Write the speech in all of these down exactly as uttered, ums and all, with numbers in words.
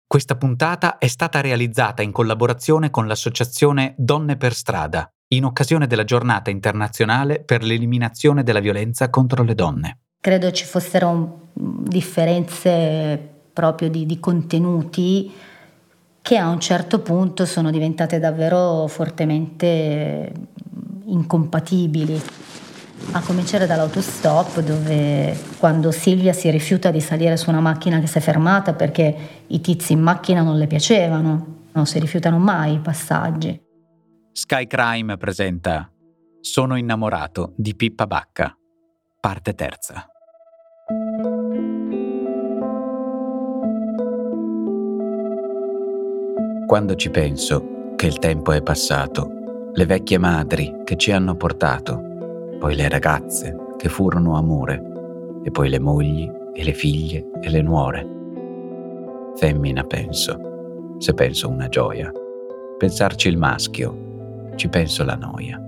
Questa puntata è stata realizzata in collaborazione con l'associazione Donne per Strada, in occasione della Giornata internazionale per l'eliminazione della violenza contro le donne. Credo ci fossero differenze proprio di, di contenuti che a un certo punto sono diventate davvero fortemente incompatibili. A cominciare dall'autostop, dove quando Silvia si rifiuta di salire su una macchina che si è fermata perché i tizi in macchina non le piacevano, non si rifiutano mai i passaggi. Sky Crime presenta Sono innamorato di Pippa Bacca, parte terza. Quando ci penso che il tempo è passato, le vecchie madri che ci hanno portato, poi le ragazze che furono amore, e poi le mogli e le figlie e le nuore. Femmina penso, se penso una gioia. Pensarci il maschio, ci penso la noia.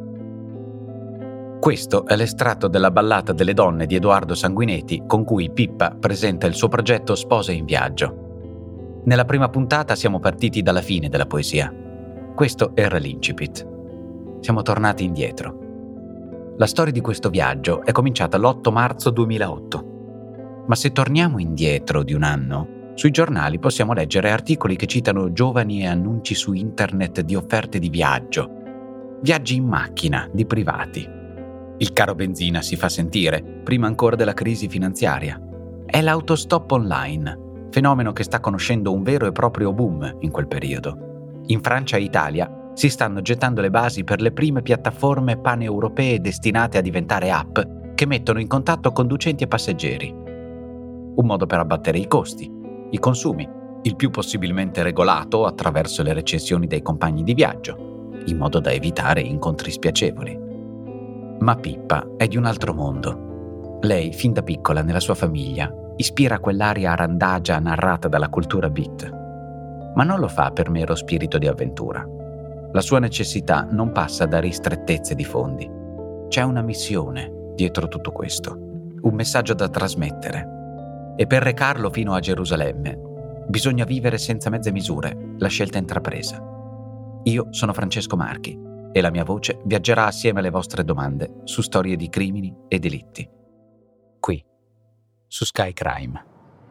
Questo è l'estratto della Ballata delle donne di Edoardo Sanguinetti, con cui Pippa presenta il suo progetto Spose in viaggio. Nella prima puntata siamo partiti dalla fine della poesia. Questo era l'incipit. Siamo tornati indietro. La storia di questo viaggio è cominciata l'otto marzo duemilaotto. Ma se torniamo indietro di un anno, sui giornali possiamo leggere articoli che citano giovani e annunci su internet di offerte di viaggio, viaggi in macchina di privati. Il caro benzina si fa sentire, prima ancora della crisi finanziaria. È l'autostop online, fenomeno che sta conoscendo un vero e proprio boom in quel periodo. In Francia e Italia si stanno gettando le basi per le prime piattaforme paneuropee destinate a diventare app che mettono in contatto conducenti e passeggeri. Un modo per abbattere i costi, i consumi, il più possibilmente regolato attraverso le recensioni dei compagni di viaggio, in modo da evitare incontri spiacevoli. Ma Pippa è di un altro mondo. Lei, fin da piccola nella sua famiglia, ispira quell'aria randagia narrata dalla cultura beat. Ma non lo fa per mero spirito di avventura. La sua necessità non passa da ristrettezze di fondi. C'è una missione dietro tutto questo, un messaggio da trasmettere. E per recarlo fino a Gerusalemme bisogna vivere senza mezze misure la scelta intrapresa. Io sono Francesco Marchi e la mia voce viaggerà assieme alle vostre domande su storie di crimini e delitti. Qui, su Sky Crime.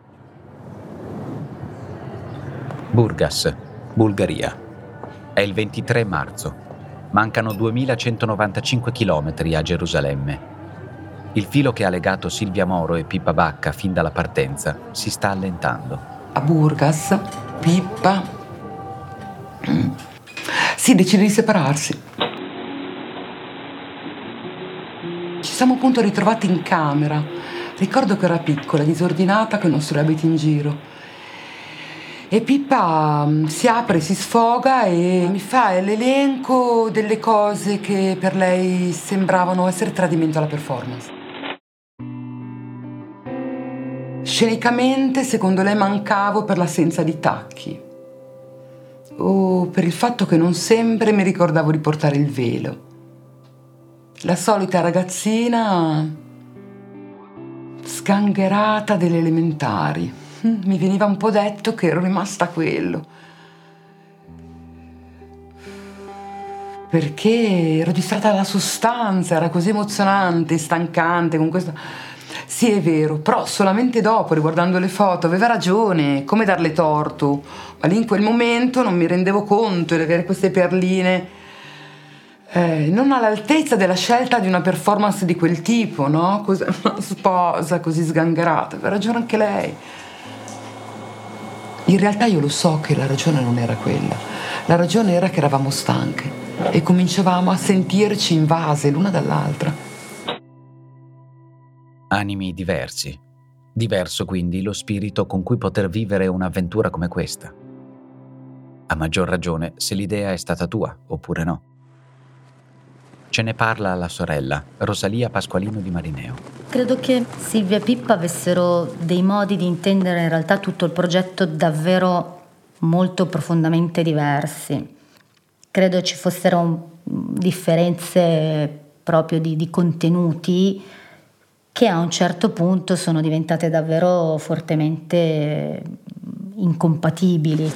Burgas, Bulgaria. È il ventitré marzo. Mancano duemilacentonovantacinque chilometri a Gerusalemme. Il filo che ha legato Silvia Moro e Pippa Bacca fin dalla partenza si sta allentando. A Burgas, Pippa si decide di separarsi. Ci siamo appunto ritrovati in camera. Ricordo che era piccola, disordinata, con i nostri abiti in giro. E Pippa si apre, si sfoga e mi fa l'elenco delle cose che per lei sembravano essere tradimento alla performance. Scenicamente, secondo lei, mancavo per l'assenza di tacchi o per il fatto che non sempre mi ricordavo di portare il velo. La solita ragazzina sgangherata delle elementari. Mi veniva un po' detto che ero rimasta a quello, perché ero distratta dalla sostanza, era così emozionante, stancante con questa... Sì, è vero, però solamente dopo, riguardando le foto, aveva ragione, come darle torto, ma lì in quel momento non mi rendevo conto di avere queste perline eh, non all'altezza della scelta di una performance di quel tipo, no? Cos'è una sposa così sgangherata, aveva ragione anche lei. In realtà io lo so che la ragione non era quella. La ragione era che eravamo stanche e cominciavamo a sentirci invase l'una dall'altra. Animi diversi. Diverso quindi lo spirito con cui poter vivere un'avventura come questa. A maggior ragione se l'idea è stata tua, oppure no. Ce ne parla la sorella, Rosalia Pasqualino di Marineo. Credo che Silvia e Pippa avessero dei modi di intendere in realtà tutto il progetto davvero molto profondamente diversi. Credo ci fossero differenze proprio di, di contenuti che a un certo punto sono diventate davvero fortemente incompatibili.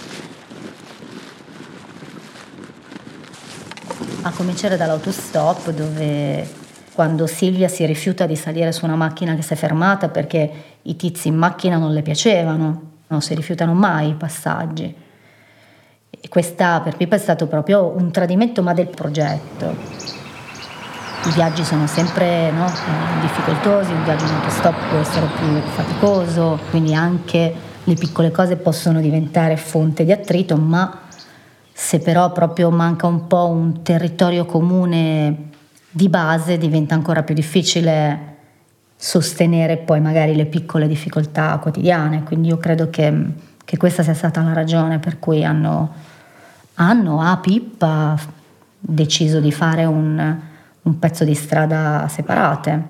A cominciare dall'autostop, dove quando Silvia si rifiuta di salire su una macchina che si è fermata perché i tizi in macchina non le piacevano, non si rifiutano mai i passaggi. E questa per Pippa è stato proprio un tradimento, ma del progetto. I viaggi sono sempre, no, difficoltosi, un viaggio in autostop può essere più faticoso, quindi anche le piccole cose possono diventare fonte di attrito, ma se però proprio manca un po' un territorio comune di base, diventa ancora più difficile sostenere poi magari le piccole difficoltà quotidiane. Quindi io credo che, che questa sia stata la ragione per cui hanno, hanno a Pippa deciso di fare un, un pezzo di strada separate.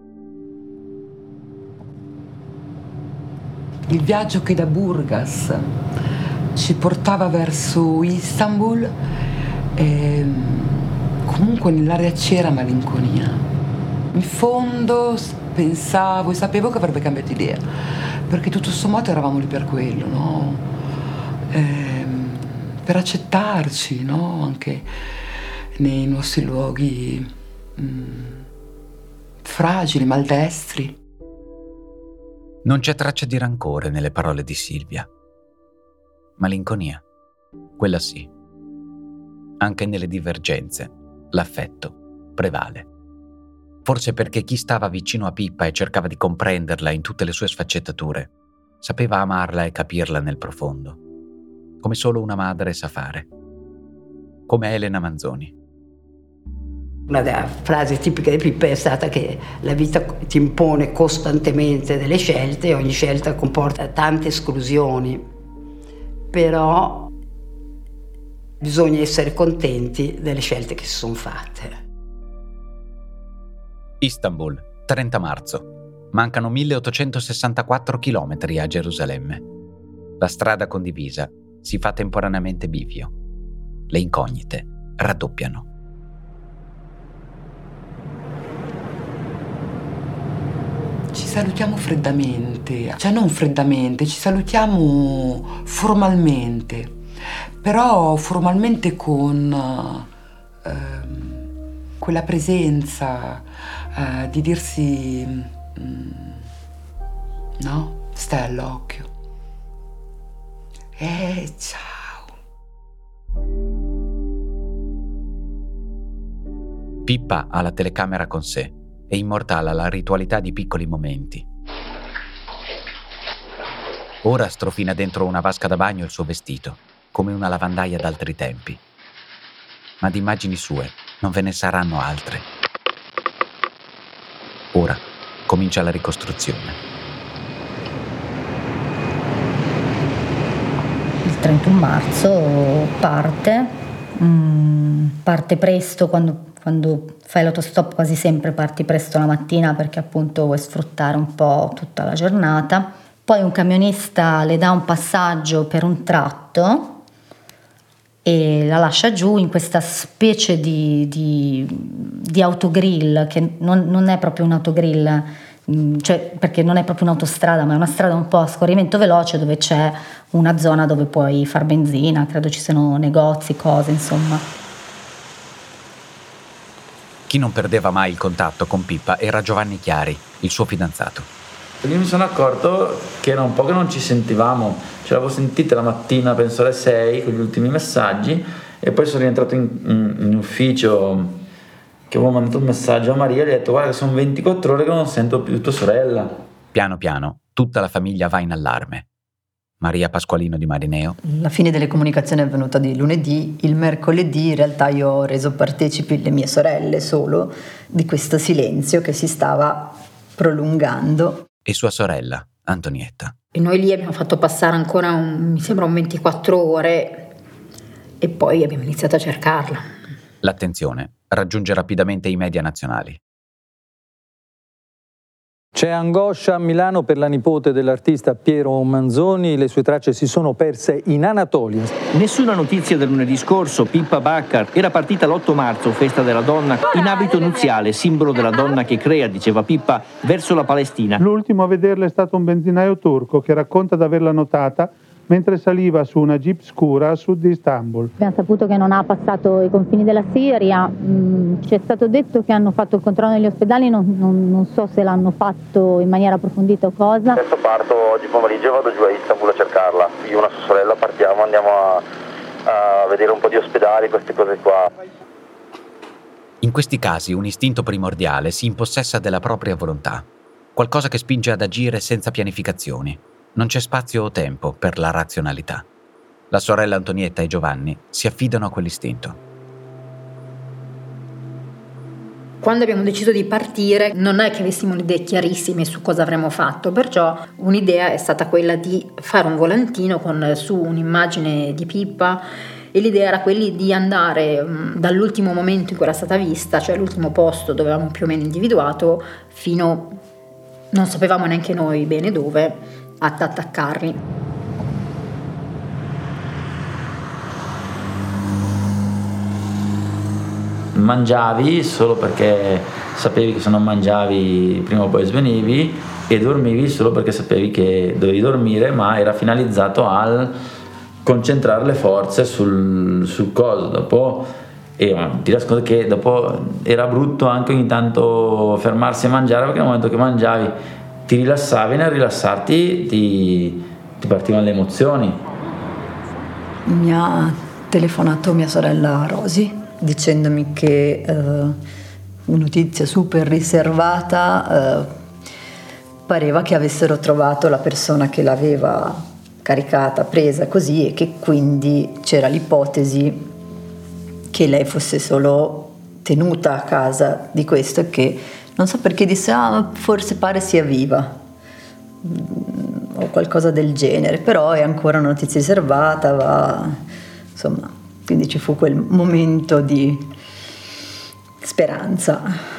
Il viaggio che da Burgas ci portava verso Istanbul, e comunque nell'aria c'era malinconia. In fondo pensavo e sapevo che avrebbe cambiato idea, perché tutto sommato eravamo lì per quello, no? E, per accettarci, no? Anche nei nostri luoghi mh, fragili, maldestri. Non c'è traccia di rancore nelle parole di Silvia. Malinconia, quella sì. Anche nelle divergenze, l'affetto prevale. Forse perché chi stava vicino a Pippa e cercava di comprenderla in tutte le sue sfaccettature, sapeva amarla e capirla nel profondo, come solo una madre sa fare. Come Elena Manzoni. Una delle frasi tipiche di Pippa è stata che la vita ti impone costantemente delle scelte e ogni scelta comporta tante esclusioni. Però bisogna essere contenti delle scelte che si sono fatte. Istanbul, trenta marzo. Mancano milleottocentosessantaquattro chilometri a Gerusalemme. La strada condivisa si fa temporaneamente bivio. Le incognite raddoppiano. Ci salutiamo freddamente, cioè non freddamente, ci salutiamo formalmente, però formalmente con eh, quella presenza eh, di dirsi mm, no, stai all'occhio. E ciao. Pippa ha la telecamera con sé e immortala la ritualità di piccoli momenti. Ora strofina dentro una vasca da bagno il suo vestito, come una lavandaia d'altri tempi. Ma di immagini sue non ve ne saranno altre. Ora comincia la ricostruzione. Il trentuno marzo parte, mm, parte presto, quando, quando fai l'autostop quasi sempre parti presto la mattina perché appunto vuoi sfruttare un po' tutta la giornata. Poi un camionista le dà un passaggio per un tratto e la lascia giù in questa specie di, di, di autogrill, che non, non è proprio un autogrill, cioè perché non è proprio un'autostrada, ma è una strada un po' a scorrimento veloce dove c'è una zona dove puoi far benzina, credo ci siano negozi, cose, insomma. Chi non perdeva mai il contatto con Pippa era Giovanni Chiari, il suo fidanzato. Io mi sono accorto che era un po' che non ci sentivamo, ce l'avevo sentita la mattina, penso alle sei, con gli ultimi messaggi, e poi sono rientrato in, in, in ufficio, che avevo mandato un messaggio a Maria e gli ho detto: guarda, sono ventiquattro ore che non sento più tua sorella. Piano piano tutta la famiglia va in allarme. Maria Pasqualino di Marineo. La fine delle comunicazioni è avvenuta di lunedì. Il mercoledì in realtà io ho reso partecipi le mie sorelle solo di questo silenzio che si stava prolungando. E sua sorella, Antonietta. E noi lì abbiamo fatto passare ancora, un, mi sembra, un ventiquattro ore e poi abbiamo iniziato a cercarla. L'attenzione raggiunge rapidamente i media nazionali. C'è angoscia a Milano per la nipote dell'artista Piero Manzoni, le sue tracce si sono perse in Anatolia. Nessuna notizia del lunedì scorso. Pippa Baccar era partita l'otto marzo, festa della donna, in abito nuziale, simbolo della donna che crea, diceva Pippa, verso la Palestina. L'ultimo a vederla è stato un benzinaio turco che racconta di averla notata mentre saliva su una jeep scura a sud di Istanbul. Abbiamo saputo che non ha passato i confini della Siria, mm, ci è stato detto che hanno fatto il controllo negli ospedali, non, non, non so se l'hanno fatto in maniera approfondita o cosa. Adesso parto oggi pomeriggio e vado giù a Istanbul a cercarla. Io e una sua sorella partiamo, andiamo a, a vedere un po' di ospedali, queste cose qua. In questi casi un istinto primordiale si impossessa della propria volontà, qualcosa che spinge ad agire senza pianificazioni. Non c'è spazio o tempo per la razionalità. La sorella Antonietta e Giovanni si affidano a quell'istinto. Quando abbiamo deciso di partire non è che avessimo le idee chiarissime su cosa avremmo fatto, perciò un'idea è stata quella di fare un volantino con su un'immagine di Pippa, e l'idea era quella di andare mh, dall'ultimo momento in cui era stata vista, cioè l'ultimo posto dove avevamo più o meno individuato, fino, non sapevamo neanche noi bene dove, ad attaccarli. Mangiavi solo perché sapevi che se non mangiavi prima o poi svenivi, e dormivi solo perché sapevi che dovevi dormire, ma era finalizzato al concentrare le forze sul, sul coso. Dopo e ma, ti nascondo che dopo era brutto anche ogni tanto fermarsi a mangiare, perché nel momento che mangiavi ti rilassavi, nel rilassarti ti, ti partivano le emozioni. Mi ha telefonato mia sorella Rosy dicendomi che eh, una notizia super riservata, eh, pareva che avessero trovato la persona che l'aveva caricata, presa così, e che quindi c'era l'ipotesi che lei fosse solo tenuta a casa di questo, e che non so perché disse ah forse pare sia viva o qualcosa del genere, però è ancora una notizia riservata, va, insomma, quindi ci fu quel momento di speranza.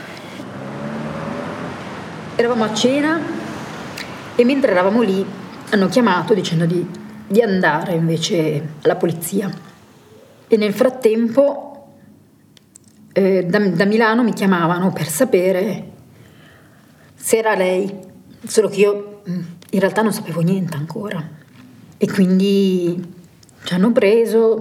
Eravamo a cena e mentre eravamo lì hanno chiamato dicendo di, di andare invece alla polizia, e nel frattempo eh, da, da Milano mi chiamavano per sapere se era lei, solo che io in realtà non sapevo niente ancora, e quindi ci hanno preso,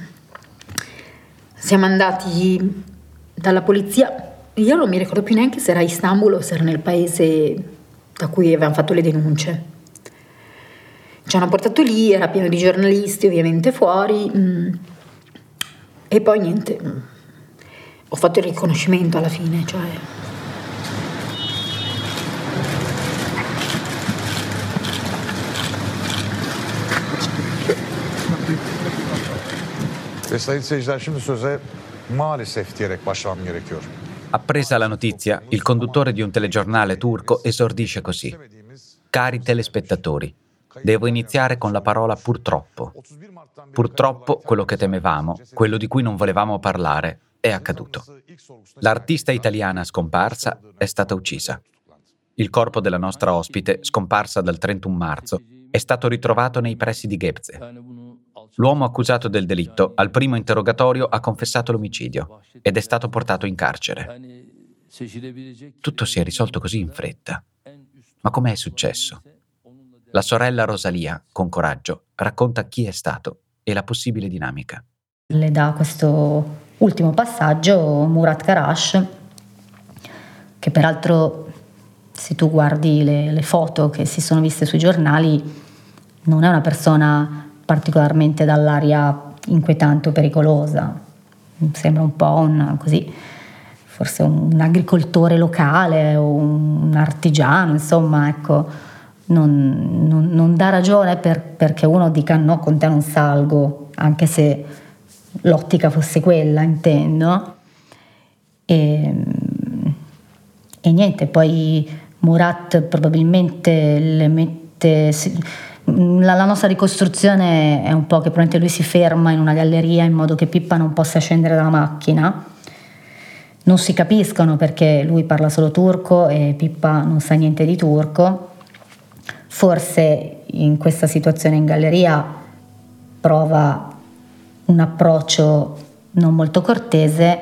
siamo andati dalla polizia, io non mi ricordo più neanche se era a Istanbul o se era nel paese da cui avevamo fatto le denunce. Ci hanno portato lì, era pieno di giornalisti ovviamente fuori, mh, e poi niente, mh, ho fatto il riconoscimento alla fine, cioè... Ve sayın seyirciler, şimdi söze maalesef diyerek başlamam gerekiyor. Appresa la notizia, il conduttore di un telegiornale turco esordisce così: cari telespettatori, devo iniziare con la parola purtroppo. Purtroppo quello che temevamo, quello di cui non volevamo parlare, è accaduto. L'artista italiana scomparsa è stata uccisa. Il corpo della nostra ospite, scomparsa dal trentuno marzo, è stato ritrovato nei pressi di Gebze. L'uomo accusato del delitto al primo interrogatorio ha confessato l'omicidio ed è stato portato in carcere. Tutto si è risolto così in fretta. Ma com'è successo? La sorella Rosalia, con coraggio, racconta chi è stato e la possibile dinamica. Le dà questo ultimo passaggio Murat Karash, che peraltro, se tu guardi le, le foto che si sono viste sui giornali, non è una persona particolarmente dall'aria inquietante o pericolosa. Sembra un po' un, così, forse un agricoltore locale o un artigiano, insomma, ecco, non, non, non dà ragione per, perché uno dica no, con te non salgo, anche se l'ottica fosse quella, intendo. E, e niente, poi Murat probabilmente le mette... La, la nostra ricostruzione è un po' che probabilmente lui si ferma in una galleria in modo che Pippa non possa scendere dalla macchina. Non si capiscono perché lui parla solo turco e Pippa non sa niente di turco. Forse in questa situazione in galleria prova un approccio non molto cortese,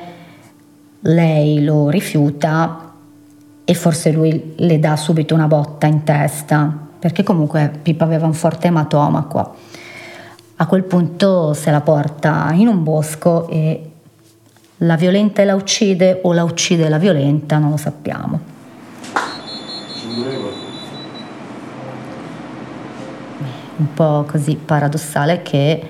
lei lo rifiuta e forse lui le dà subito una botta in testa, perché comunque Pippa aveva un forte ematoma qua. A quel punto se la porta in un bosco e la violenta la uccide o la uccide la violenta, non lo sappiamo. Un po' così paradossale che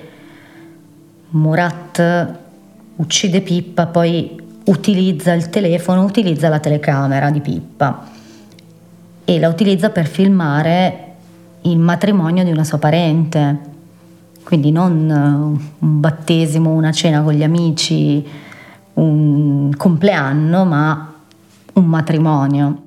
Murat uccide Pippa, poi utilizza il telefono, utilizza la telecamera di Pippa e la utilizza per filmare il matrimonio di una sua parente, quindi non un battesimo, una cena con gli amici, un compleanno, ma un matrimonio.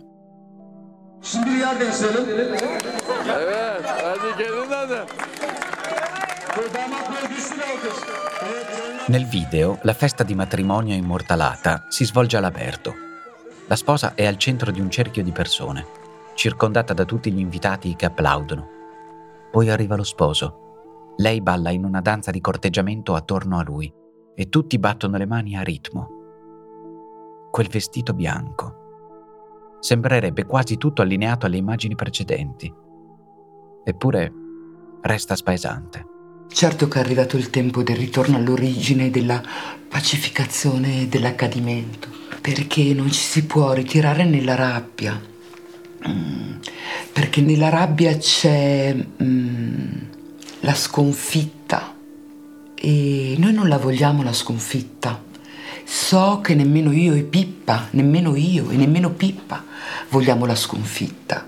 Nel video la festa di matrimonio immortalata si svolge all'aperto. La sposa è al centro di un cerchio di persone, circondata da tutti gli invitati che applaudono. Poi arriva lo sposo. Lei balla in una danza di corteggiamento attorno a lui e tutti battono le mani a ritmo. Quel vestito bianco. Sembrerebbe quasi tutto allineato alle immagini precedenti. Eppure resta spaesante. Certo che è arrivato il tempo del ritorno all'origine, della pacificazione e dell'accadimento, perché non ci si può ritirare nella rabbia, mm, perché nella rabbia c'è mm, la sconfitta e noi non la vogliamo la sconfitta. So che nemmeno io e Pippa, nemmeno io e nemmeno Pippa vogliamo la sconfitta.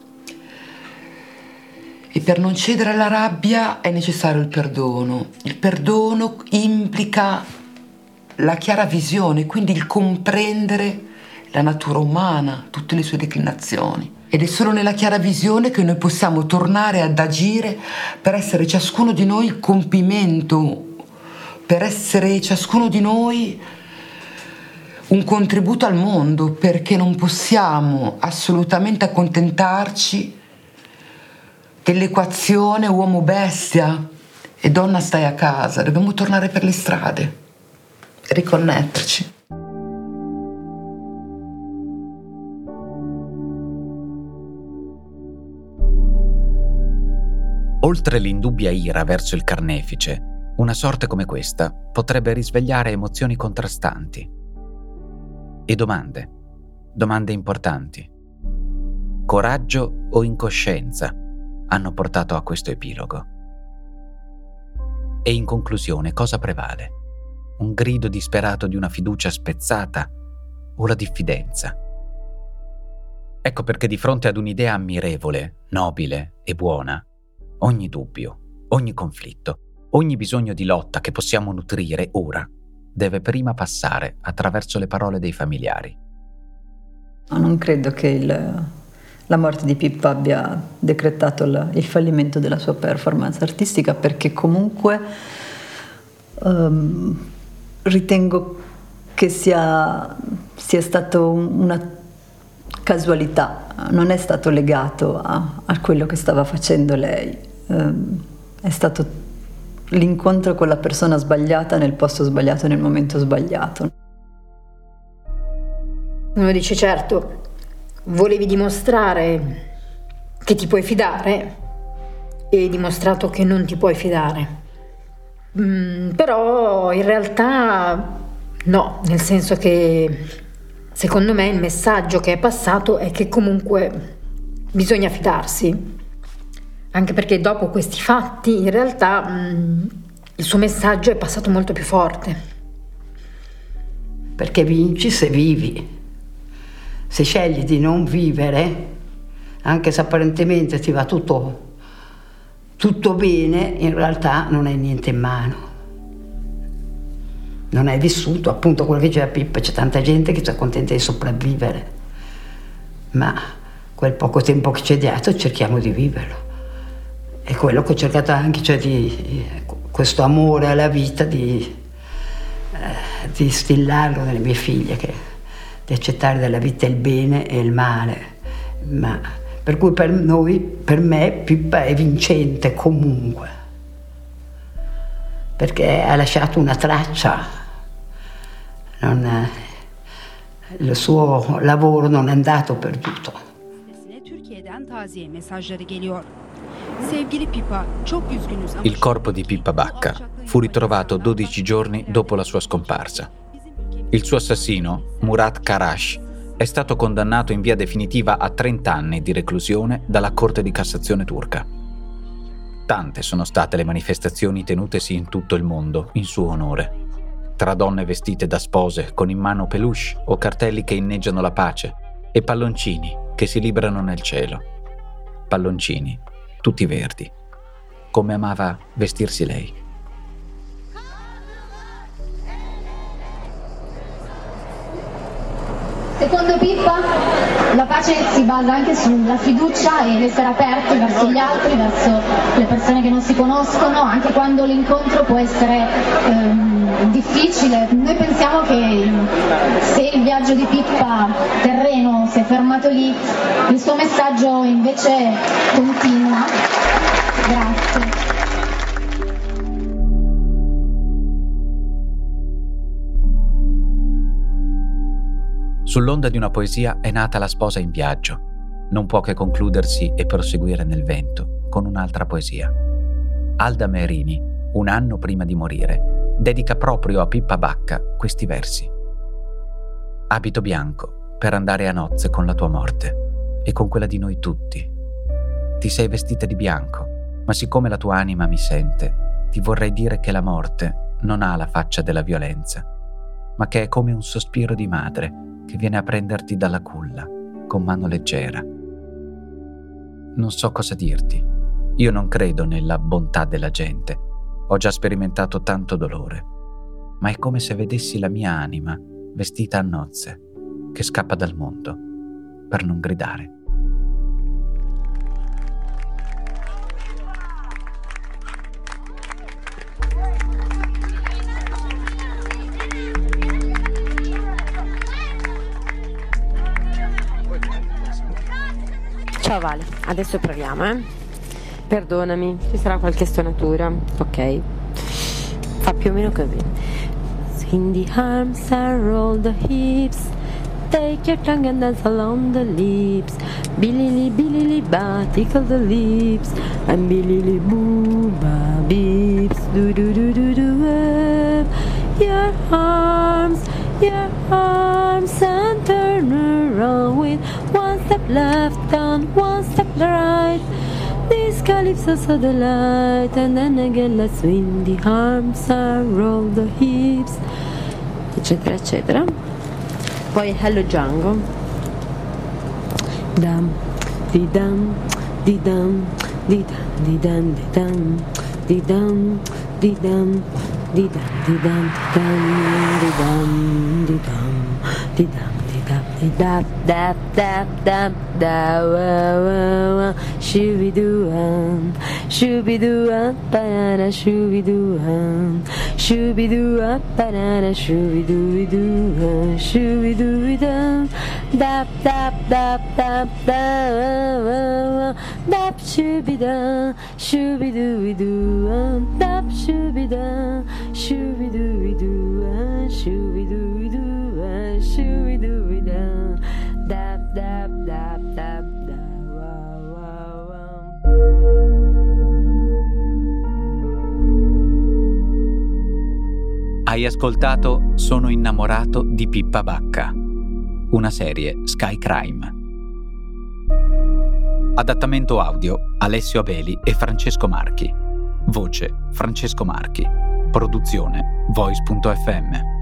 E per non cedere alla rabbia è necessario il perdono. Il perdono implica la chiara visione, quindi il comprendere la natura umana, tutte le sue declinazioni. Ed è solo nella chiara visione che noi possiamo tornare ad agire per essere ciascuno di noi il compimento, per essere ciascuno di noi un contributo al mondo, perché non possiamo assolutamente accontentarci dell'equazione uomo-bestia e donna stai a casa. Dobbiamo tornare per le strade, riconnetterci. Oltre l'indubbia ira verso il carnefice, una sorte come questa potrebbe risvegliare emozioni contrastanti e domande, domande importanti. Coraggio o incoscienza hanno portato a questo epilogo. E in conclusione cosa prevale? Un grido disperato di una fiducia spezzata o la diffidenza? Ecco perché di fronte ad un'idea ammirevole, nobile e buona, ogni dubbio, ogni conflitto, ogni bisogno di lotta che possiamo nutrire ora deve prima passare attraverso le parole dei familiari. Non credo che il la morte di Pippa abbia decretato il, il fallimento della sua performance artistica, perché comunque um, ritengo che sia, sia stato una casualità, non è stato legato a, a quello che stava facendo lei, um, è stato l'incontro con la persona sbagliata nel posto sbagliato, nel momento sbagliato. Uno dice certo, volevi dimostrare che ti puoi fidare e hai dimostrato che non ti puoi fidare. Mm, però in realtà no, nel senso che secondo me il messaggio che è passato è che comunque bisogna fidarsi, anche perché dopo questi fatti in realtà mm, il suo messaggio è passato molto più forte. Perché vinci se vivi. Se scegli di non vivere, anche se apparentemente ti va tutto, tutto bene, in realtà non hai niente in mano. Non hai vissuto, appunto quello che diceva Pippa, c'è tanta gente che si accontenta di sopravvivere, ma quel poco tempo che ci è dato cerchiamo di viverlo. È quello che ho cercato anche, cioè di questo amore alla vita, di, eh, di instillarlo nelle mie figlie, che di accettare dalla vita il bene e il male, ma per cui per noi, per me, Pippa è vincente comunque, perché ha lasciato una traccia, non, il suo lavoro non è andato perduto. Türkiye'den taziye mesajları geliyor. Il corpo di Pippa Bacca fu ritrovato dodici giorni dopo la sua scomparsa. Il suo assassino, Murat Karash, è stato condannato in via definitiva a trenta anni di reclusione dalla Corte di Cassazione turca. Tante sono state le manifestazioni tenutesi in tutto il mondo in suo onore, tra donne vestite da spose con in mano peluche o cartelli che inneggiano la pace e palloncini che si librano nel cielo. Palloncini, tutti verdi, come amava vestirsi lei. Secondo Pippa, la pace si basa anche sulla fiducia e l'essere aperti verso gli altri, verso le persone che non si conoscono, anche quando l'incontro può essere ehm, difficile. Noi pensiamo che se il viaggio di Pippa terreno si è fermato lì, il suo messaggio invece continua. Grazie. Sull'onda di una poesia è nata La sposa in viaggio. Non può che concludersi e proseguire nel vento con un'altra poesia. Alda Merini, un anno prima di morire, dedica proprio a Pippa Bacca questi versi. Abito bianco per andare a nozze con la tua morte e con quella di noi tutti. Ti sei vestita di bianco, ma siccome la tua anima mi sente, ti vorrei dire che la morte non ha la faccia della violenza, ma che è come un sospiro di madre che viene a prenderti dalla culla con mano leggera. Non so cosa dirti. Io non credo nella bontà della gente. Ho già sperimentato tanto dolore. Ma è come se vedessi la mia anima vestita a nozze, che scappa dal mondo per non gridare. Ciao Vale, adesso proviamo, eh? Perdonami, ci sarà qualche stonatura, ok? Fa più o meno così. Swing the arms and roll the hips, take your tongue and dance along the lips. Billy billy ba, tickle the lips, and billy boo ba beeps. Do do do do do up. Your arms, your arms, and turn around with one step left and one step right. This calypso so the light, and then again let's swing the arms and roll the hips, eccetera eccetera. Poi Hello Django. Dam di dam di dam di dam di dam di dam di dam di dam di dam di dam di dam di dam di dam di dap dap dap dap da wa wa wa shooby doo um shooby doo um banana shooby doo um shooby doo um banana shooby doo doo shooby doo dum dap dap dap dap da dap shooby da shooby doo doo dap shooby da shooby doo doo shooby doo doo shooby doo dum dap dap dap dap da wa wa wa. Hai ascoltato Sono innamorato di Pippa Bacca, una serie Sky Crime. Adattamento audio Alessio Abeli e Francesco Marchi. Voce Francesco Marchi. Produzione Voice punto effe emme.